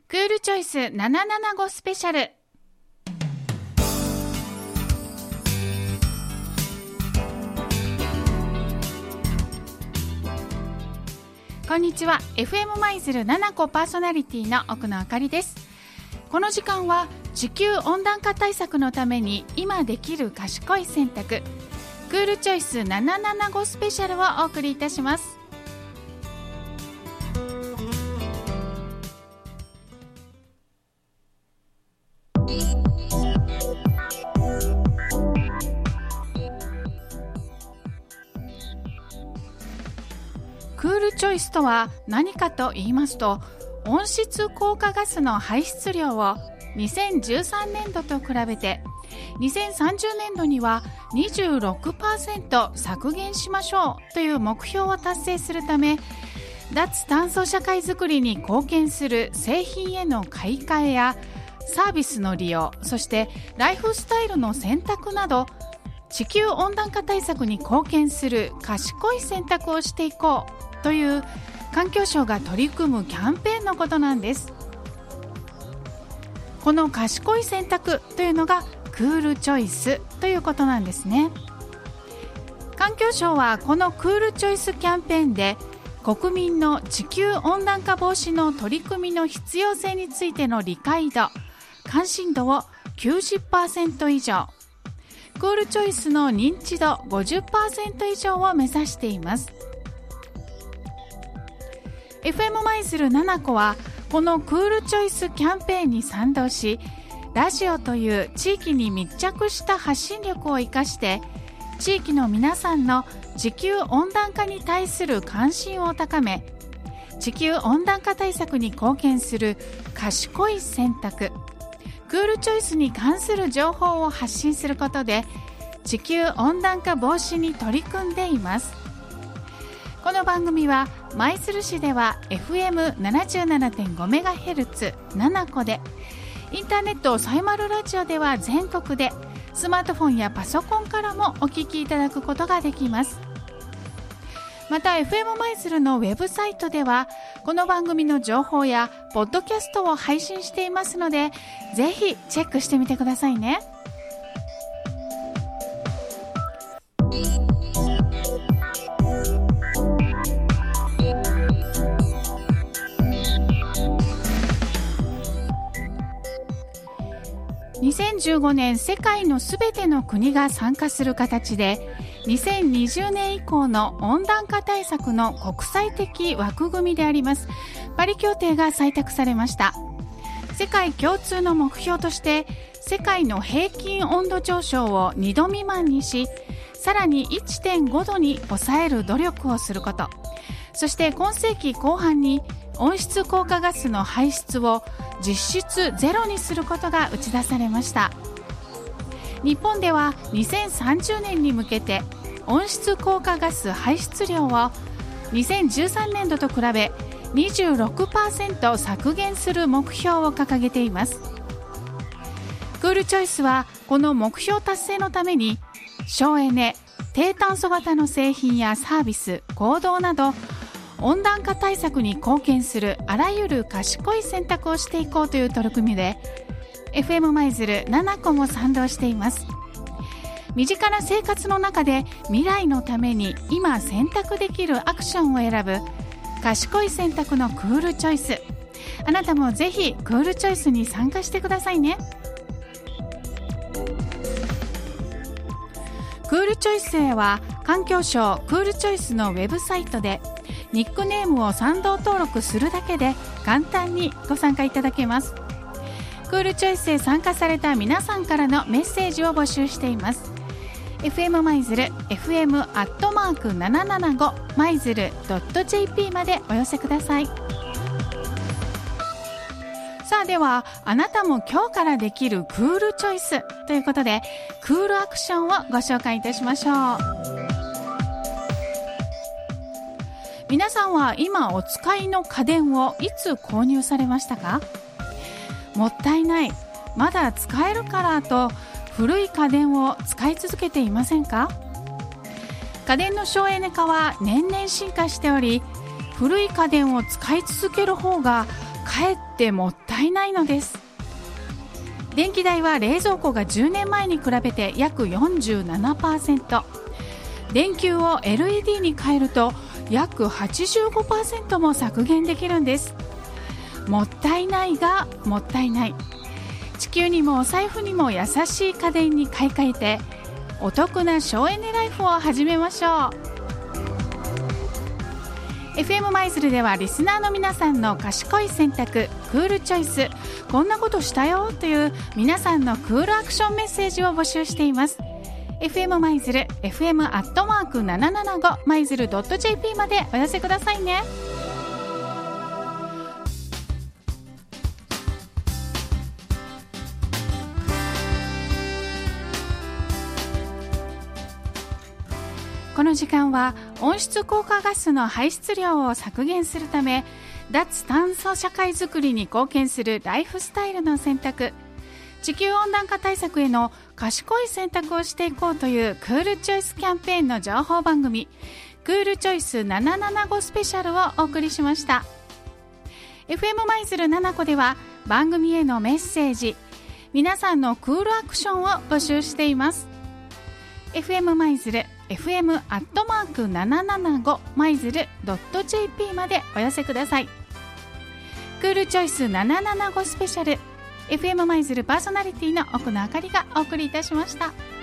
クールチョイス775スペシャル。こんにちは。 FM 舞鶴775パーソナリティの奥野あかりです。この時間は地球温暖化対策のために今できる賢い選択、クールチョイス775スペシャルをお送りいたします。クールチョイスとは何かと言いますと、温室効果ガスの排出量を2013年度と比べて2030年度には 26% 削減しましょうという目標を達成するため、脱炭素社会づくりに貢献する製品への買い替えやサービスの利用、そしてライフスタイルの選択など、地球温暖化対策に貢献する賢い選択をしていこうという環境省が取り組むキャンペーンのことなんです。この賢い選択というのがクールチョイスということなんですね。環境省はこのクールチョイスキャンペーンで国民の地球温暖化防止の取り組みの必要性についての理解度、関心度を 90% 以上、クールチョイスの認知度 50% 以上を目指しています。FM 舞鶴775はこのクールチョイスキャンペーンに賛同し、ラジオという地域に密着した発信力を生かして、地域の皆さんの地球温暖化に対する関心を高め、地球温暖化対策に貢献する賢い選択、クールチョイスに関する情報を発信することで、地球温暖化防止に取り組んでいます。この番組は舞鶴市では FM77.5MHz 775で、インターネットサイマルラジオでは全国で、スマートフォンやパソコンからもお聞きいただくことができます。また FM 舞鶴のウェブサイトではこの番組の情報やポッドキャストを配信していますので、ぜひチェックしてみてくださいね。2015年世界のすべての国が参加する形で、2020年以降の温暖化対策の国際的枠組みでありますパリ協定が採択されました。世界共通の目標として、世界の平均温度上昇を2度未満にし、さらに 1.5 度に抑える努力をすること、そして今世紀後半に温室効果ガスの排出を実質ゼロにすることが打ち出されました。日本では2030年に向けて温室効果ガス排出量を2013年度と比べ 26% 削減する目標を掲げています。クールチョイスはこの目標達成のために、省エネ、低炭素型の製品やサービス、行動など温暖化対策に貢献するあらゆる賢い選択をしていこうという取り組みで、 FM 舞鶴775も賛同しています。身近な生活の中で未来のために今選択できるアクションを選ぶ賢い選択のクールチョイス、あなたもぜひクールチョイスに参加してくださいね。クールチョイスへは環境省クールチョイスのウェブサイトでニックネームを賛同登録するだけで簡単にご参加いただけます。クールチョイスへ参加された皆さんからのメッセージを募集しています。 FM 舞鶴 FM@775 舞鶴 .jp までお寄せください。さあ、ではあなたも今日からできるクールチョイスということで、クールアクションをご紹介いたしましょう。皆さんは今お使いの家電をいつ購入されましたか？もったいない、まだ使えるからと古い家電を使い続けていませんか？家電の省エネ化は年々進化しており、古い家電を使い続ける方がかかえってもったいないのです。電気代は冷蔵庫が10年前に比べて約 47%、 電球を LED に変えると約 85% も削減できるんです。もったいないがもったいない。地球にもお財布にも優しい家電に買い替えてお得な省エネライフを始めましょう。 FM 舞鶴ではリスナーの皆さんの賢い選択、クールチョイス、こんなことしたよという皆さんのクールアクションメッセージを募集しています。 FM 舞鶴 FM@775 舞鶴 .jp までお寄せくださいね。この時間は温室効果ガスの排出量を削減するため脱炭素社会づくりに貢献するライフスタイルの選択、地球温暖化対策への賢い選択をしていこうというクールチョイスキャンペーンの情報番組、クールチョイス775スペシャルをお送りしました。 FM 舞鶴7個では番組へのメッセージ、皆さんのクールアクションを募集しています。 FM 舞鶴 FM@775 舞鶴 .jp までお寄せください。クールチョイス775スペシャル、 FM 舞鶴パーソナリティの奥野あかりがお送りいたしました。